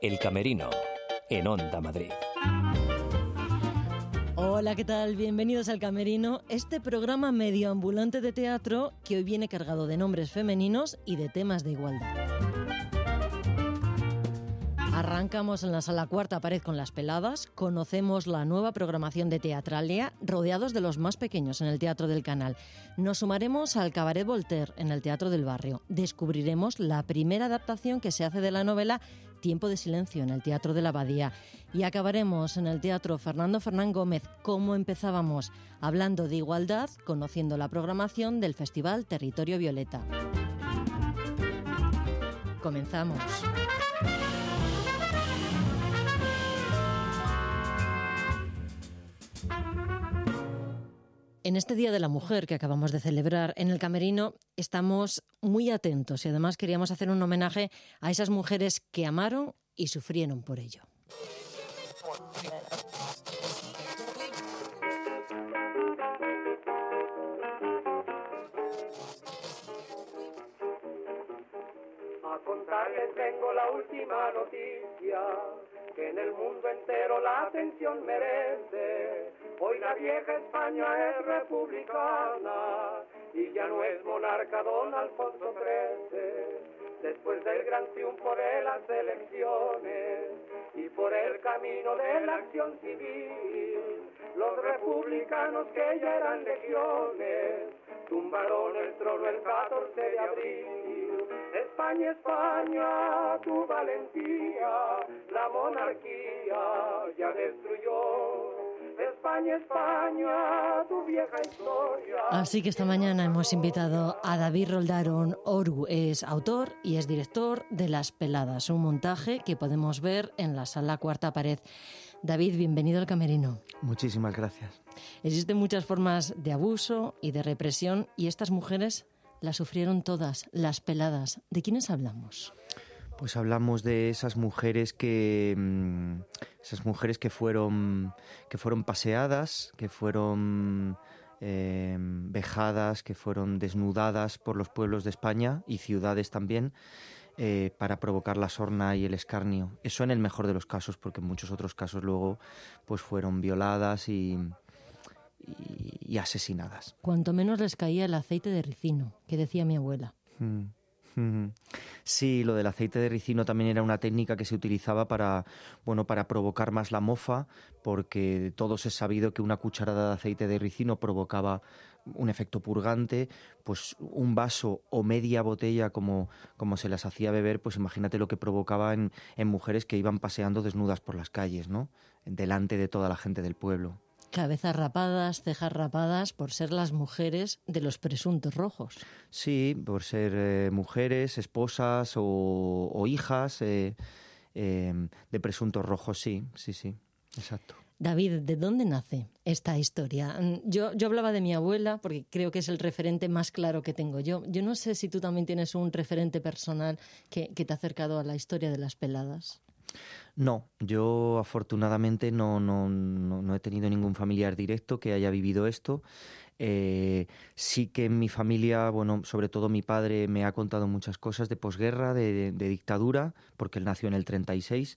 El Camerino, en Onda Madrid. Hola, ¿qué tal? Bienvenidos al Camerino, este programa medio ambulante de teatro que hoy viene cargado de nombres femeninos y de temas de igualdad. Arrancamos en la sala Cuarta Pared con Las Peladas, conocemos la nueva programación de Teatralia, rodeados de los más pequeños en el Teatro del Canal. Nos sumaremos al Cabaret Voltaire en el Teatro del Barrio. Descubriremos la primera adaptación que se hace de la novela Tiempo de Silencio en el Teatro de la Abadía. Y acabaremos en el Teatro Fernando Fernán Gómez, como empezábamos, hablando de igualdad, conociendo la programación del Festival Territorio Violeta. Comenzamos. En este Día de la Mujer que acabamos de celebrar en el Camerino estamos muy atentos y además queríamos hacer un homenaje a esas mujeres que amaron y sufrieron por ello. A contarles vengo la última noticia, que en el mundo entero la atención merece. Hoy la vieja España es republicana y ya no es monarca don Alfonso XIII. Después del gran triunfo de las elecciones y por el camino de la acción civil, los republicanos que ya eran legiones tumbaron el trono el 14 de abril. España, España, tu valentía, la monarquía ya destruyó. España, España, tu vieja historia. Así que esta mañana hemos invitado a David Roldaron Oru. Es autor y es director de Las Peladas, un montaje que podemos ver en la sala Cuarta Pared. David, bienvenido al Camerino. Muchísimas gracias. Existen muchas formas de abuso y de represión y estas mujeres las sufrieron todas, las peladas. ¿De quiénes hablamos? Pues hablamos de esas mujeres que fueron paseadas, que fueron vejadas, que fueron desnudadas por los pueblos de España y ciudades también, para provocar la sorna y el escarnio. Eso en el mejor de los casos, porque en muchos otros casos luego pues fueron violadas y asesinadas. Cuanto menos les caía el aceite de ricino, que decía mi abuela. Sí, lo del aceite de ricino también era una técnica que se utilizaba para provocar más la mofa, porque todos es sabido que una cucharada de aceite de ricino provocaba un efecto purgante. Pues un vaso o media botella, como se las hacía beber, pues imagínate lo que provocaba en mujeres que iban paseando desnudas por las calles, ¿no? Delante de toda la gente del pueblo. Cabezas rapadas, cejas rapadas, por ser las mujeres de los presuntos rojos. Sí, por ser mujeres, esposas o hijas de presuntos rojos, sí, exacto. David, ¿de dónde nace esta historia? Yo hablaba de mi abuela porque creo que es el referente más claro que tengo yo. Yo no sé si tú también tienes un referente personal que te ha acercado a la historia de Las Peladas. No, yo afortunadamente no he tenido ningún familiar directo que haya vivido esto. Sí que en mi familia, sobre todo mi padre me ha contado muchas cosas de posguerra, de dictadura, porque él nació en el 36.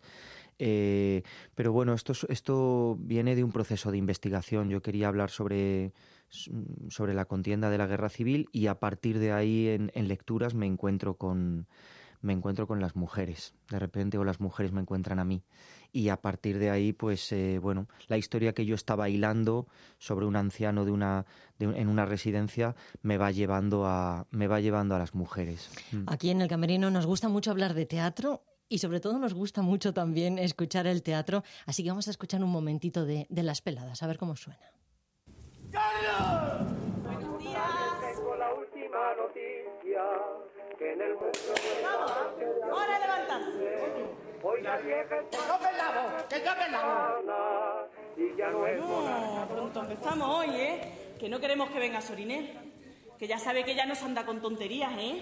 Pero bueno, esto viene de un proceso de investigación. Yo quería hablar sobre la contienda de la guerra civil y a partir de ahí en lecturas me encuentro con las mujeres, de repente, o las mujeres me encuentran a mí. Y a partir de ahí, pues, la historia que yo estaba hilando sobre un anciano en una residencia me va llevando a las mujeres. Aquí en el Camerino nos gusta mucho hablar de teatro y sobre todo nos gusta mucho también escuchar el teatro. Así que vamos a escuchar un momentito de Las Peladas, a ver cómo suena. ¡Carlos! Buenos días. Tengo la última noticia, que en el mundo... ¡Vamos! ¡Hora de levantarse! Hoy la vieja ¡Que toquen la voz! Y ya no es monarca. Pronto empezamos hoy, ¿eh? Que no queremos que venga Soriner. Que ya sabe que ya no se anda con tonterías, ¿eh?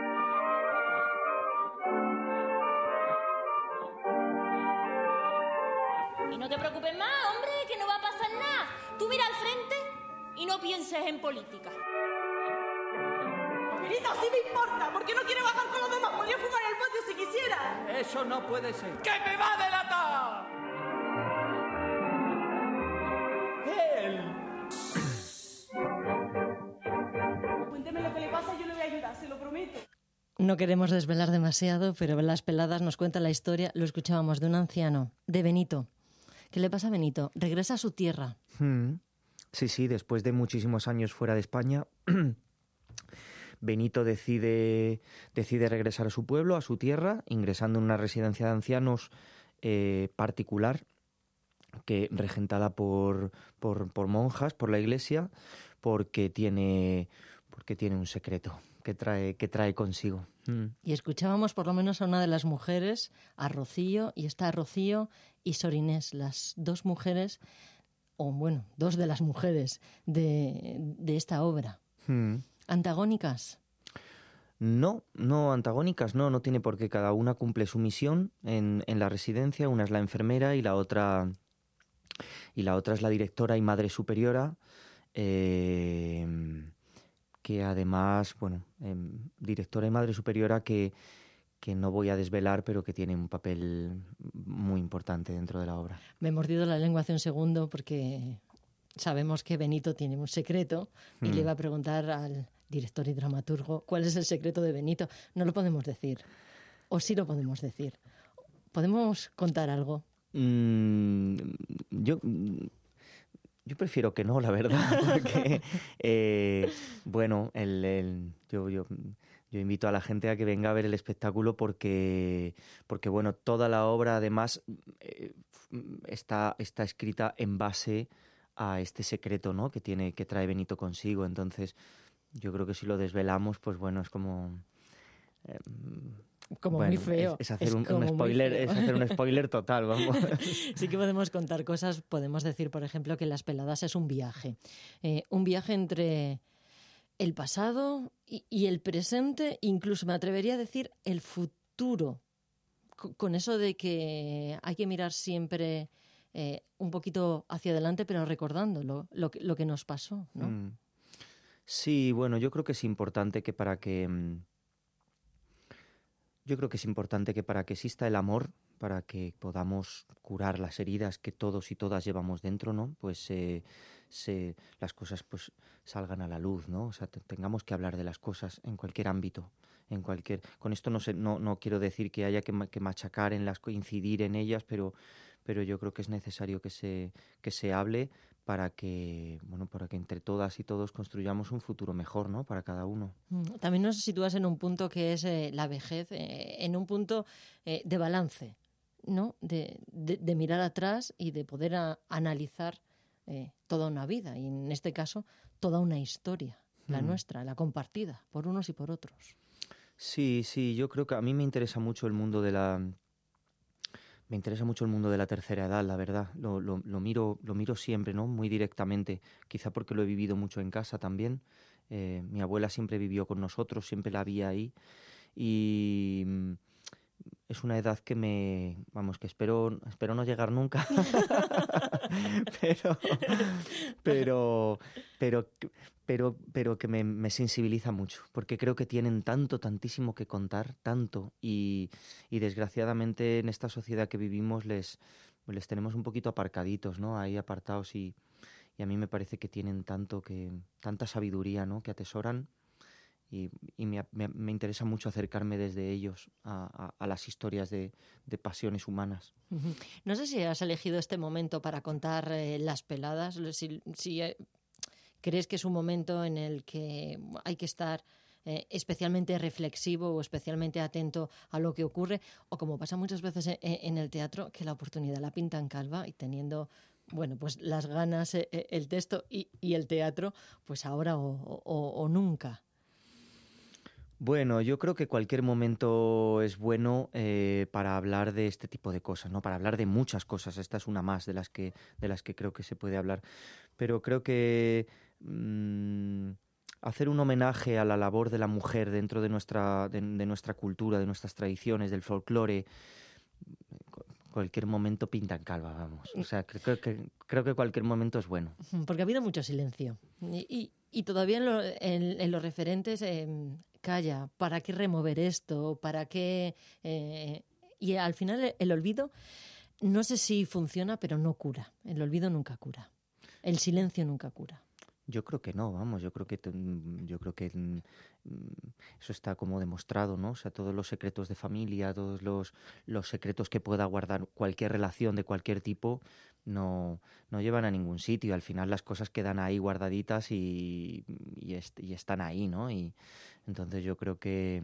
Y no te preocupes más, hombre, que no va a pasar nada. Tú mira al frente y no pienses en política. Mirita, sí me importa. ¿Por qué no quiere bajar con los demás? Podría fumar en el patio si quisiera. Eso no puede ser. ¡Que me va a delatar! ¡Él! Cuénteme lo que le pasa y yo le voy a ayudar, se lo prometo. No queremos desvelar demasiado, pero Las Peladas nos cuenta la historia, lo escuchábamos, de un anciano, de Benito. ¿Qué le pasa a Benito? Regresa a su tierra. Sí, después de muchísimos años fuera de España, Benito decide regresar a su pueblo, a su tierra, ingresando en una residencia de ancianos particular, regentada por monjas, por la iglesia, porque tiene un secreto que trae consigo. Y escuchábamos por lo menos a una de las mujeres, a Rocío, y está Rocío y Sor Inés, las dos mujeres, o bueno, dos de las mujeres de esta obra. ¿Antagónicas? No, antagónicas no tiene por qué. Cada una cumple su misión en la residencia. Una es la enfermera y la otra es la directora y madre superiora, que además, directora y madre superiora que no voy a desvelar, pero que tiene un papel muy importante dentro de la obra. Me he mordido la lengua hace un segundo porque sabemos que Benito tiene un secreto y le iba a preguntar al director y dramaturgo cuál es el secreto de Benito. No lo podemos decir. ¿O sí lo podemos decir? ¿Podemos contar algo? Yo prefiero que no, la verdad, porque yo invito a la gente a que venga a ver el espectáculo porque bueno, toda la obra además está escrita en base a este secreto, ¿no?, que trae Benito consigo. Entonces, yo creo que si lo desvelamos, pues bueno, es como muy feo. Es hacer un spoiler, es hacer un spoiler total, vamos. Sí que podemos contar cosas. Podemos decir, por ejemplo, que Las Peladas es un viaje entre el pasado y el presente, incluso me atrevería a decir el futuro, con eso de que hay que mirar siempre un poquito hacia adelante, pero recordando lo que nos pasó, ¿no? Sí, bueno, yo creo que es importante que para que exista el amor, para que podamos curar las heridas que todos y todas llevamos dentro, ¿no?, pues las cosas pues salgan a la luz, ¿no? O sea, tengamos que hablar de las cosas en cualquier ámbito, con esto no quiero decir que haya que machacar incidir en ellas, pero yo creo que es necesario que se hable para que entre todas y todos construyamos un futuro mejor, ¿no?, para cada uno. También nos sitúas en un punto que es la vejez, en un punto de balance, ¿no?, de mirar atrás y de poder analizar toda una vida, y en este caso toda una historia, la nuestra, la compartida por unos y por otros. Sí, yo creo que a mí me interesa mucho el mundo de la tercera edad, la verdad. Lo miro siempre, ¿no?, muy directamente, quizá porque lo he vivido mucho en casa también. Mi abuela siempre vivió con nosotros, siempre la vi ahí, y es una edad que que espero no llegar nunca, pero que me sensibiliza mucho, porque creo que tienen tantísimo que contar, tanto, y desgraciadamente en esta sociedad que vivimos les tenemos un poquito aparcaditos, ¿no?, ahí apartados, y a mí me parece que tienen tanta sabiduría, ¿no?, que atesoran. Y me interesa mucho acercarme desde ellos a las historias de pasiones humanas. No sé si has elegido este momento para contar Las Peladas, si crees que es un momento en el que hay que estar especialmente reflexivo o especialmente atento a lo que ocurre, o como pasa muchas veces en el teatro, que la oportunidad la pintan calva, y teniendo pues las ganas, el texto y el teatro, pues ahora o nunca. Bueno, yo creo que cualquier momento es bueno para hablar de este tipo de cosas, ¿no? Para hablar de muchas cosas. Esta es una más de las que creo que se puede hablar. Pero creo que hacer un homenaje a la labor de la mujer dentro de nuestra cultura, de nuestras tradiciones, del folclore, cualquier momento pinta en calva, vamos. O sea, creo que cualquier momento es bueno. Porque ha habido mucho silencio. Y todavía en los referentes calla. ¿Para qué remover esto? ¿Para qué Y al final el olvido, no sé si funciona, pero no cura. El olvido nunca cura. El silencio nunca cura. Yo creo que no, vamos, yo creo que eso está como demostrado, ¿no? O sea, todos los secretos de familia, todos los secretos que pueda guardar cualquier relación de cualquier tipo, no llevan a ningún sitio. Al final las cosas quedan ahí guardaditas y están ahí, ¿no? Y entonces yo creo que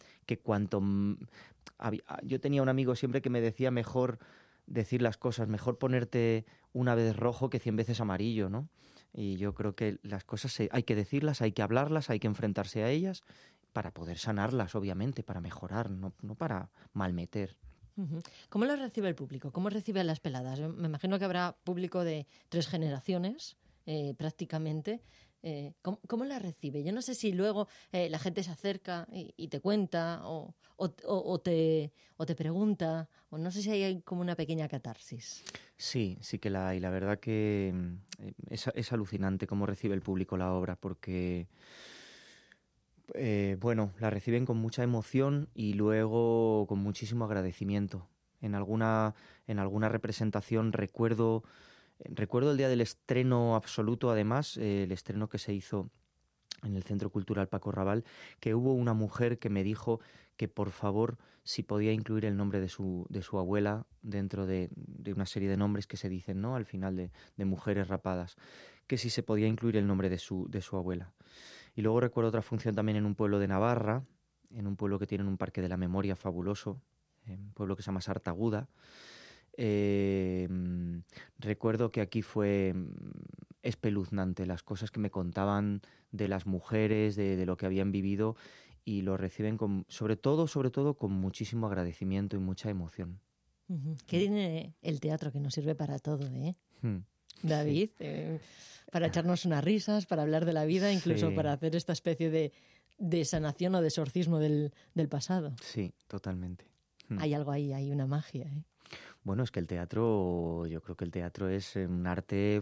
yo tenía un amigo siempre que me decía mejor decir las cosas, mejor ponerte una vez rojo que 100 veces amarillo, ¿no? Y yo creo que las cosas hay que decirlas, hay que hablarlas, hay que enfrentarse a ellas para poder sanarlas, obviamente, para mejorar, no para malmeter. Uh-huh. ¿Cómo las recibe el público? ¿Cómo recibe Las Peladas? Me imagino que habrá público de 3 generaciones, prácticamente. ¿Cómo la recibe? Yo no sé si luego la gente se acerca y te cuenta o te pregunta, o no sé si hay como una pequeña catarsis. Sí que la hay. La verdad que es alucinante cómo recibe el público la obra, porque la reciben con mucha emoción y luego con muchísimo agradecimiento. En alguna representación recuerdo el día del estreno absoluto, además, el estreno que se hizo en el Centro Cultural Paco Raval, que hubo una mujer que me dijo que por favor si podía incluir el nombre de su abuela dentro de una serie de nombres que se dicen, ¿no?, al final de mujeres rapadas, que si se podía incluir el nombre de su abuela. Y luego recuerdo otra función también en un pueblo de Navarra, en un pueblo que tiene un parque de la memoria fabuloso, un pueblo que se llama Sartaguda. Recuerdo que aquí fue espeluznante las cosas que me contaban de las mujeres, de lo que habían vivido, y lo reciben sobre todo con muchísimo agradecimiento y mucha emoción. Uh-huh. ¿Qué tiene el teatro que nos sirve para todo, David? Sí. Para echarnos unas risas, para hablar de la vida, incluso para hacer esta especie de sanación o de exorcismo del pasado. Sí, totalmente. Hay algo ahí, hay una magia, Bueno, es que yo creo que el teatro es un arte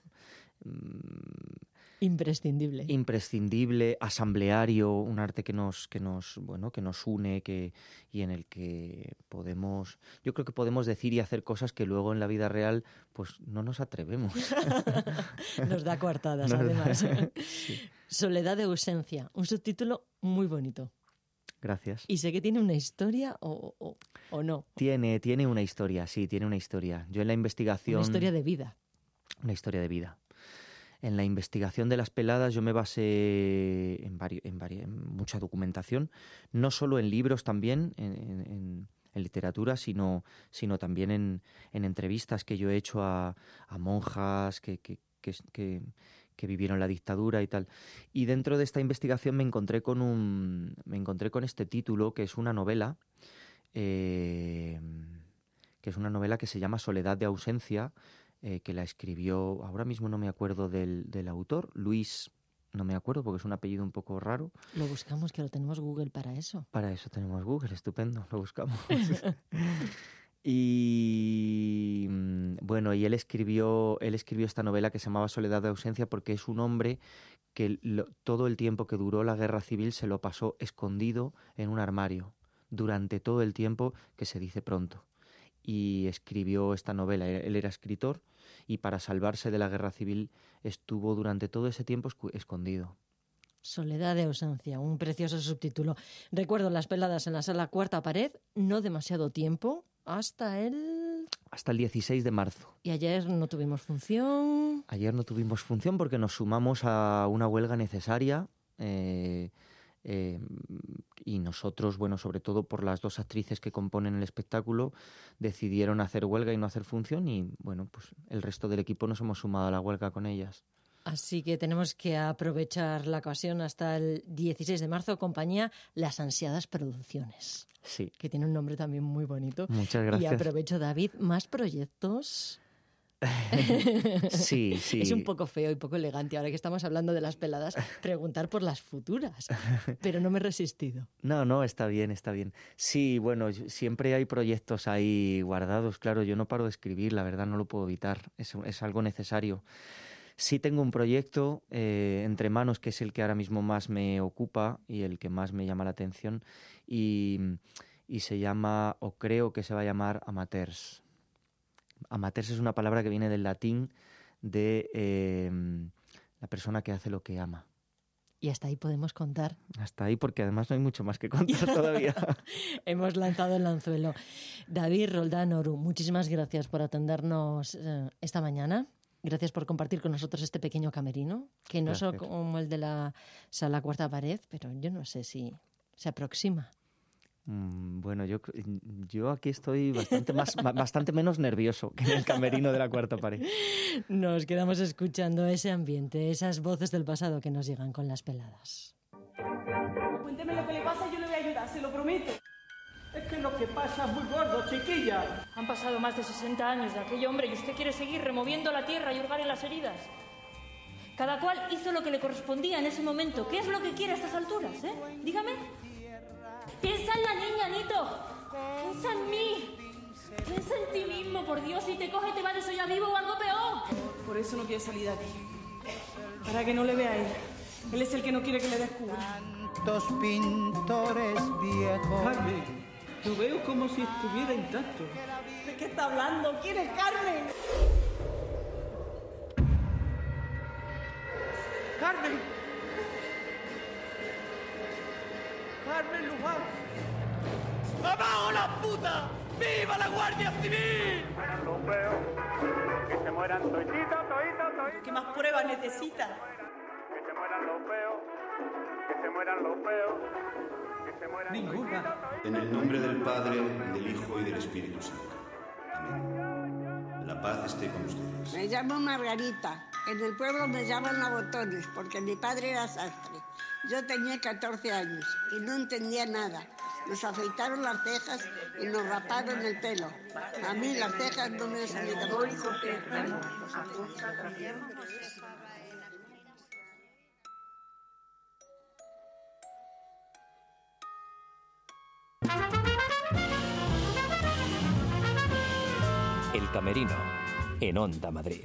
imprescindible, asambleario, un arte que nos une, y en el que yo creo que podemos decir y hacer cosas que luego en la vida real pues no nos atrevemos. Nos da coartadas, además. Sí. Soledad de ausencia, un subtítulo muy bonito. Gracias. ¿Y sé que tiene una historia o no? Tiene una historia, sí, tiene una historia. Yo en la investigación... Una historia de vida. Una historia de vida. En la investigación de Las Peladas yo me basé en mucha documentación, no solo en libros también, en literatura, sino también en entrevistas que yo he hecho a monjas que vivieron la dictadura y tal. Y dentro de esta investigación me encontré con este título, que es una novela, que se llama Soledad de ausencia, que la escribió, ahora mismo no me acuerdo del autor, Luis, no me acuerdo porque es un apellido un poco raro. Lo buscamos, que lo tenemos Google para eso. Para eso tenemos Google, estupendo, lo buscamos. Y bueno, y él escribió esta novela que se llamaba Soledad de ausencia porque es un hombre que todo el tiempo que duró la guerra civil se lo pasó escondido en un armario, durante todo el tiempo, que se dice pronto. Y escribió esta novela. Él era escritor y para salvarse de la guerra civil estuvo durante todo ese tiempo escondido. Soledad de ausencia, un precioso subtítulo. Recuerdo Las Peladas en la sala Cuarta Pared, no demasiado tiempo, hasta el 16 de marzo. ¿Y ayer no tuvimos función? Ayer no tuvimos función porque nos sumamos a una huelga necesaria, y nosotros, sobre todo por las 2 actrices que componen el espectáculo, decidieron hacer huelga y no hacer función, y pues el resto del equipo nos hemos sumado a la huelga con ellas. Así que tenemos que aprovechar la ocasión hasta el 16 de marzo, compañía Las Ansiadas Producciones. Sí. Que tiene un nombre también muy bonito. Muchas gracias. Y aprovecho, David, ¿más proyectos? Sí. Es un poco feo y poco elegante, ahora que estamos hablando de Las Peladas, preguntar por las futuras, pero no me he resistido. No, está bien. Sí, siempre hay proyectos ahí guardados, claro, yo no paro de escribir, la verdad no lo puedo evitar, es algo necesario. Sí tengo un proyecto entre manos que es el que ahora mismo más me ocupa y el que más me llama la atención, y y se llama, o creo que se va a llamar, Amateurs. Amateurs es una palabra que viene del latín de la persona que hace lo que ama. Y hasta ahí podemos contar. Hasta ahí, porque además no hay mucho más que contar todavía. Hemos lanzado el anzuelo. David Roldán Oru, muchísimas gracias por atendernos esta mañana. Gracias por compartir con nosotros este pequeño camerino, que no es como el de la sala Cuarta Pared, pero yo no sé si se aproxima. Bueno, yo aquí estoy bastante menos nervioso que en el camerino de la Cuarta Pared. Nos quedamos escuchando ese ambiente, esas voces del pasado que nos llegan con las peladas. Cuénteme lo que le pasa y yo le voy a ayudar, se lo prometo. Es que lo que pasa es muy gordo, chiquilla. Han pasado más de 60 años de aquel hombre y usted quiere seguir removiendo la tierra y hurgar en las heridas. Cada cual hizo lo que le correspondía en ese momento. ¿Qué es lo que quiere a estas alturas, Dígame. Piensa en la niña, Nito. Piensa en mí. Piensa en ti mismo, por Dios. Si te coge, te va de soya vivo o algo peor. Por eso no quiere salir de aquí. Para que no le vea a él. Él es el que no quiere que le descubra. Tantos pintores viejos. Carmen, lo veo como si estuviera intacto. ¿De qué está hablando? ¿Quién es Carmen? ¡Carmen! ¡Carmen Luján! ¡Abajo la puta! ¡Viva la Guardia Civil! Que se mueran toititos. ¿Qué más pruebas necesitas? Que se mueran los feos. Que se mueran los feos. Que se mueran Ninguna. En el nombre del Padre, del Hijo y del Espíritu Santo. Amén. La paz esté con ustedes. Me llamo Margarita. En el pueblo me llaman a botones porque mi padre era sastre. Yo tenía 14 años y no entendía nada. Nos afeitaron las cejas y nos raparon el pelo. A mí las cejas no me salieron. El Camerino, en Onda Madrid.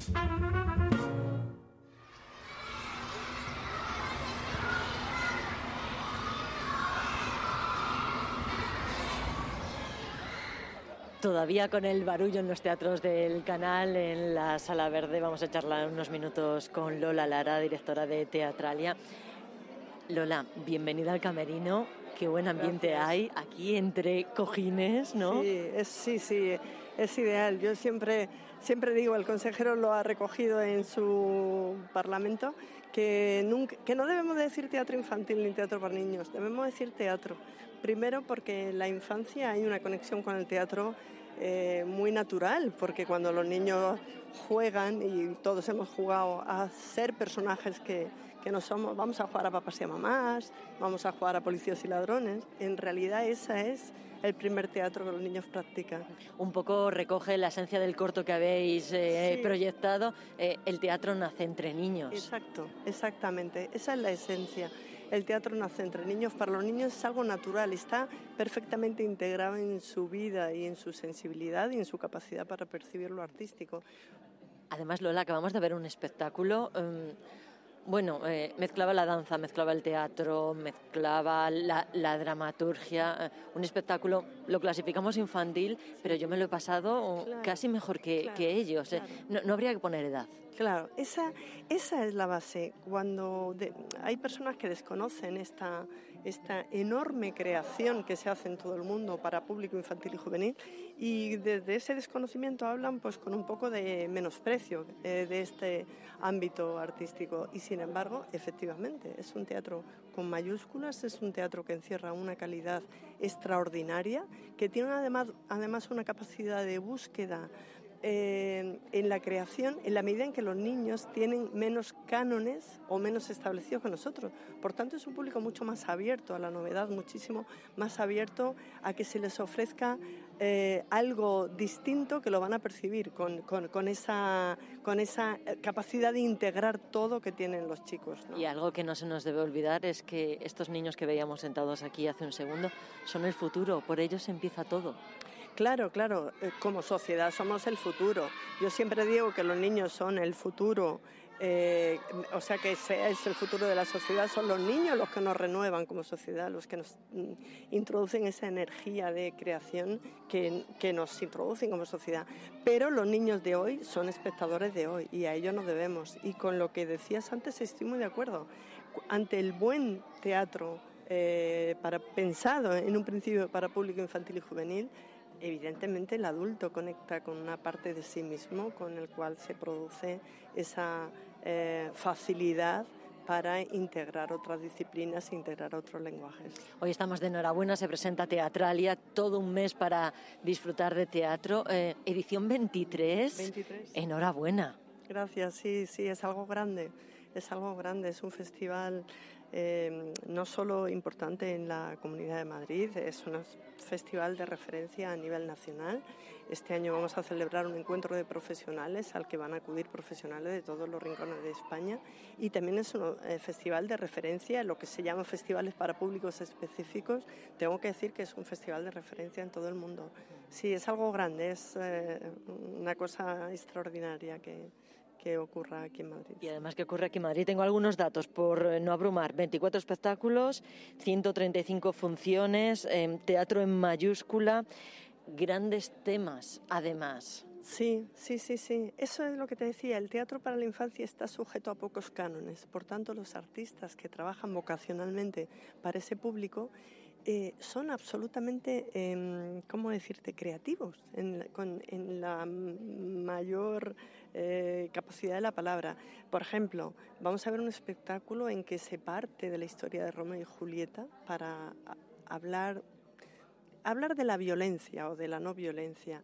Todavía con el barullo en los teatros del canal, en la Sala Verde, vamos a charlar unos minutos con Lola Lara, directora de Teatralia. Lola, bienvenida al Camerino. Qué buen ambiente hay aquí entre cojines, ¿no? Sí, es ideal. Yo siempre digo, el consejero lo ha recogido en su parlamento, que no debemos decir teatro infantil ni teatro para niños, debemos decir teatro. Primero porque en la infancia hay una conexión con el teatro muy natural, porque cuando los niños juegan, y todos hemos jugado a ser personajes que no somos, vamos a jugar a papás y a mamás, vamos a jugar a policías y ladrones, en realidad ese es el primer teatro que los niños practican. Un poco recoge la esencia del corto que habéis proyectado, el teatro nace entre niños. Exactamente, esa es la esencia. El teatro nace entre niños, para los niños es algo natural, está perfectamente integrado en su vida y en su sensibilidad y en su capacidad para percibir lo artístico. Además, Lola, acabamos de ver un espectáculo, mezclaba la danza, mezclaba el teatro, mezclaba la dramaturgia, un espectáculo, lo clasificamos infantil, pero yo me lo he pasado casi mejor que ellos. Claro. No habría que poner edad. Claro, esa es la base. Cuando hay personas que desconocen esta enorme creación que se hace en todo el mundo para público infantil y juvenil, y desde ese desconocimiento hablan pues con un poco de menosprecio de este ámbito artístico. Y sin embargo, efectivamente, es un teatro con mayúsculas, es un teatro que encierra una calidad extraordinaria, que tiene además una capacidad de búsqueda en la creación, en la medida en que los niños tienen menos cánones o menos establecidos que nosotros. Por tanto, es un público mucho más abierto a la novedad, muchísimo más abierto a que se les ofrezca algo distinto, que lo van a percibir con esa capacidad de integrar todo que tienen los chicos, ¿no? Y algo que no se nos debe olvidar es que estos niños que veíamos sentados aquí hace un segundo son el futuro, por ellos empieza todo. Claro, como sociedad somos el futuro. Yo siempre digo que los niños son el futuro O sea que ese es el futuro de la sociedad, son los niños los que nos renuevan como sociedad, los que nos introducen esa energía de creación que nos introducen como sociedad. Pero los niños de hoy son espectadores de hoy y a ellos nos debemos. Y con lo que decías antes estoy muy de acuerdo. Ante el buen teatro pensado en un principio para público infantil y juvenil, evidentemente el adulto conecta con una parte de sí mismo con el cual se produce esa facilidad para integrar otras disciplinas e integrar otros lenguajes. Hoy estamos de enhorabuena, se presenta Teatralia, todo un mes para disfrutar de teatro. Edición 23. Enhorabuena. Gracias, sí, es algo grande. Es un festival no solo importante en la Comunidad de Madrid, es un festival de referencia a nivel nacional. Este año vamos a celebrar un encuentro de profesionales al que van a acudir profesionales de todos los rincones de España, y también es un festival de referencia en lo que se llama festivales para públicos específicos. Tengo que decir que es un festival de referencia en todo el mundo. Sí, es algo grande, es una cosa extraordinaria que ocurra aquí en Madrid. Y además que ocurre aquí en Madrid, tengo algunos datos por no abrumar: 24 espectáculos, 135 funciones, teatro en mayúscula, grandes temas además. Sí. Eso es lo que te decía, el teatro para la infancia está sujeto a pocos cánones, por tanto los artistas que trabajan vocacionalmente para ese público son absolutamente, ¿cómo decirte?, creativos, en la mayor capacidad de la palabra. Por ejemplo, vamos a ver un espectáculo en que se parte de la historia de Romeo y Julieta para hablar de la violencia o de la no violencia.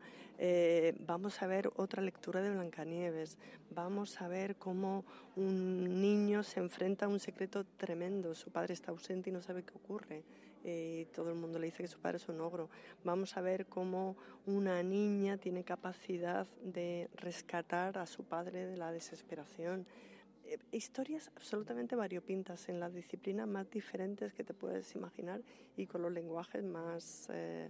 Vamos a ver otra lectura de Blancanieves. Vamos a ver cómo un niño se enfrenta a un secreto tremendo. Su padre está ausente y no sabe qué ocurre. Todo el mundo le dice que su padre es un ogro. Vamos a ver cómo una niña tiene capacidad de rescatar a su padre de la desesperación. Historias absolutamente variopintas en las disciplinas más diferentes que te puedes imaginar y con los lenguajes más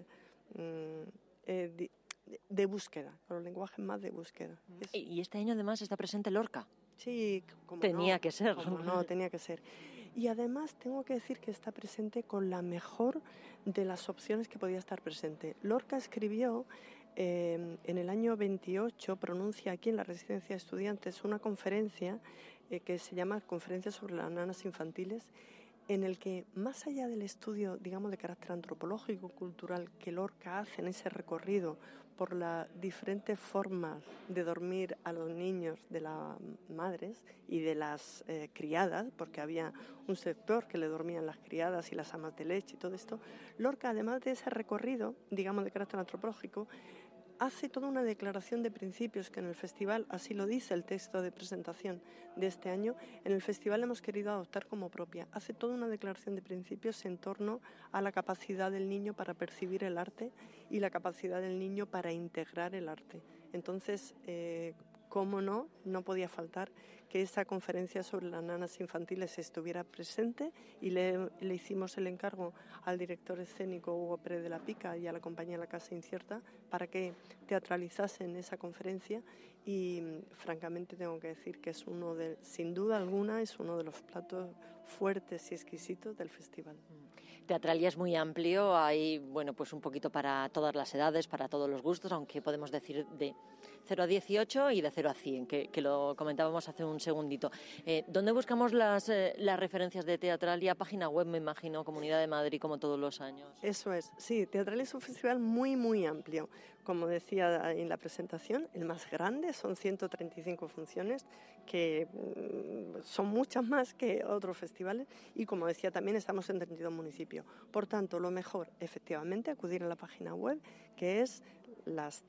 de búsqueda, con los lenguajes más de búsqueda. Y este año además está presente Lorca. Sí, tenía que ser. Tenía que ser. Y además tengo que decir que está presente con la mejor de las opciones que podía estar presente. Lorca escribió en el año 28, pronuncia aquí en la Residencia de Estudiantes una conferencia que se llama Conferencia sobre las nanas infantiles, en el que, más allá del estudio, digamos, de carácter antropológico, cultural, que Lorca hace en ese recorrido por las diferentes formas de dormir a los niños de las madres y de las criadas, porque había un sector que le dormían las criadas y las amas de leche y todo esto, Lorca, además de ese recorrido, digamos, de carácter antropológico, hace toda una declaración de principios que en el festival, así lo dice el texto de presentación de este año, en el festival hemos querido adoptar como propia. Hace toda una declaración de principios en torno a la capacidad del niño para percibir el arte y la capacidad del niño para integrar el arte. Entonces, cómo no podía faltar que esa conferencia sobre las nanas infantiles estuviera presente, y le hicimos el encargo al director escénico Hugo Pérez de la Pica y a la compañía La Casa Incierta para que teatralizasen esa conferencia, y francamente tengo que decir que es sin duda alguna, es uno de los platos fuertes y exquisitos del festival. Teatralia es muy amplio, hay pues un poquito para todas las edades, para todos los gustos, aunque podemos decir de 0 a 18 y de 0 a 100, que lo comentábamos hace un segundito. ¿Dónde buscamos las referencias de Teatralia? Página web, me imagino, Comunidad de Madrid, como todos los años. Eso es, sí, Teatralia es un festival muy, muy amplio. Como decía en la presentación, el más grande, son 135 funciones, que son muchas más que otros festivales, y como decía también estamos en 32 municipios. Por tanto, lo mejor, efectivamente, acudir a la página web, que es las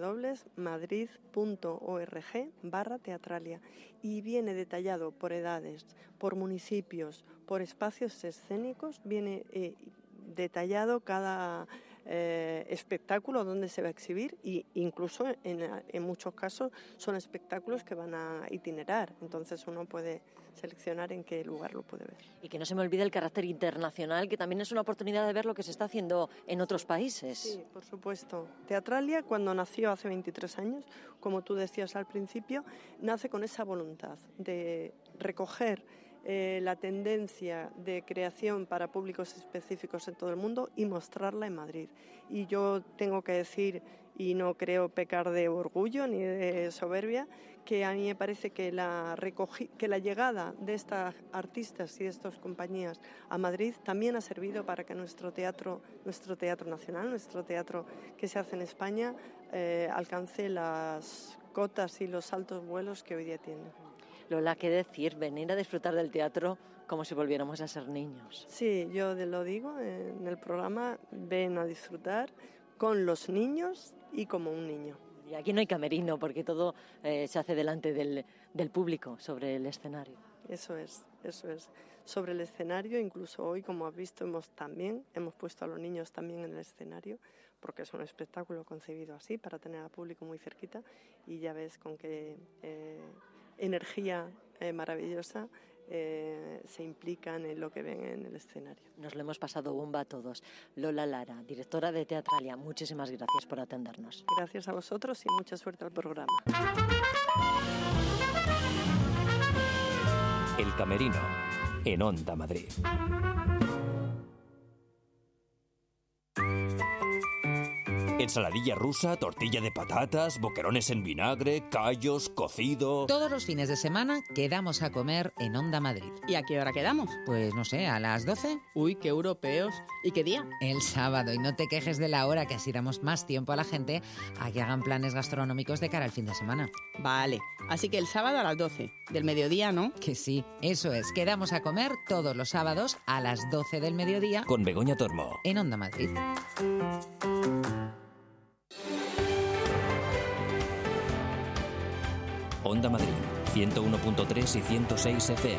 www.madrid.org/Teatralia, y viene detallado por edades, por municipios, por espacios escénicos, viene detallado cada espectáculo donde se va a exhibir, e incluso en muchos casos son espectáculos que van a itinerar, entonces uno puede seleccionar en qué lugar lo puede ver. Y que no se me olvide el carácter internacional, que también es una oportunidad de ver lo que se está haciendo en otros países. Sí, por supuesto. Teatralia, cuando nació hace 23 años, como tú decías al principio, nace con esa voluntad de recoger la tendencia de creación para públicos específicos en todo el mundo y mostrarla en Madrid. Y yo tengo que decir, y no creo pecar de orgullo ni de soberbia, que a mí me parece que la llegada de estas artistas y de estas compañías a Madrid también ha servido para que nuestro teatro nacional, nuestro teatro que se hace en España, alcance las cotas y los altos vuelos que hoy día tiene. Lola, ¿qué decir? Venir a disfrutar del teatro como si volviéramos a ser niños. Sí, yo lo digo en el programa, ven a disfrutar con los niños y como un niño. Y aquí no hay camerino porque todo se hace delante del público, sobre el escenario. Eso es. Sobre el escenario, incluso hoy, como has visto, hemos puesto a los niños también en el escenario, porque es un espectáculo concebido así, para tener al público muy cerquita, y ya ves con qué energía maravillosa se implican en lo que ven en el escenario. Nos lo hemos pasado bomba a todos. Lola Lara, directora de Teatralia, muchísimas gracias por atendernos. Gracias a vosotros y mucha suerte al programa. El Camerino, en Onda Madrid. Ensaladilla rusa, tortilla de patatas, boquerones en vinagre, callos, cocido... Todos los fines de semana quedamos a comer en Onda Madrid. ¿Y a qué hora quedamos? Pues no sé, ¿a las 12? Uy, qué europeos. ¿Y qué día? El sábado. Y no te quejes de la hora, que así damos más tiempo a la gente a que hagan planes gastronómicos de cara al fin de semana. Vale, así que el sábado a las 12. Del mediodía, ¿no? Que sí, eso es. Quedamos a comer todos los sábados a las 12 del mediodía. Con Begoña Tormo. En Onda Madrid. Onda Madrid, 101.3 y 106 FM.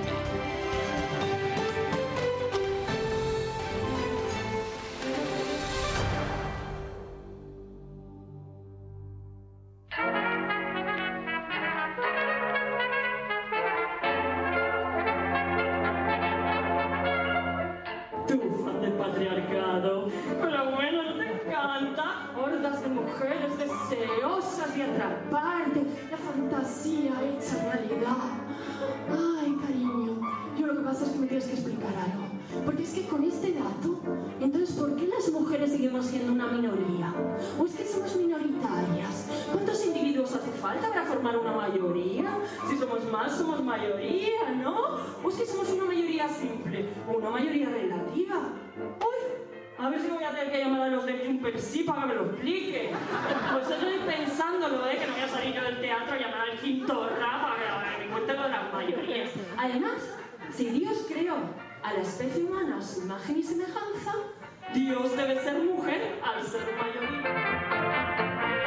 Tufas de patriarcado, pero bueno, ¿no te encanta? Hordas de mujeres deseosas de atraparte, la fantasía hecha realidad. Ay, cariño, yo lo que pasa es que me tienes que explicar algo. Porque es que con este dato, entonces, ¿por qué las mujeres seguimos siendo una minoría? ¿O es que somos minoritarias? ¿Cuántos individuos hace falta para formar una mayoría? Si somos más, somos mayoría, ¿no? ¿O es que somos una mayoría simple o una mayoría relativa? ¡Uy! A ver si voy a tener que llamar a los de Jumper-Sí para que me lo explique. Pues estoy pensándolo, que no voy a salir yo del teatro a llamar al Quintorra para que me cuente lo de las mayorías. Además, si Dios creó a la especie humana a su imagen y semejanza, Dios debe ser mujer al ser mayoría.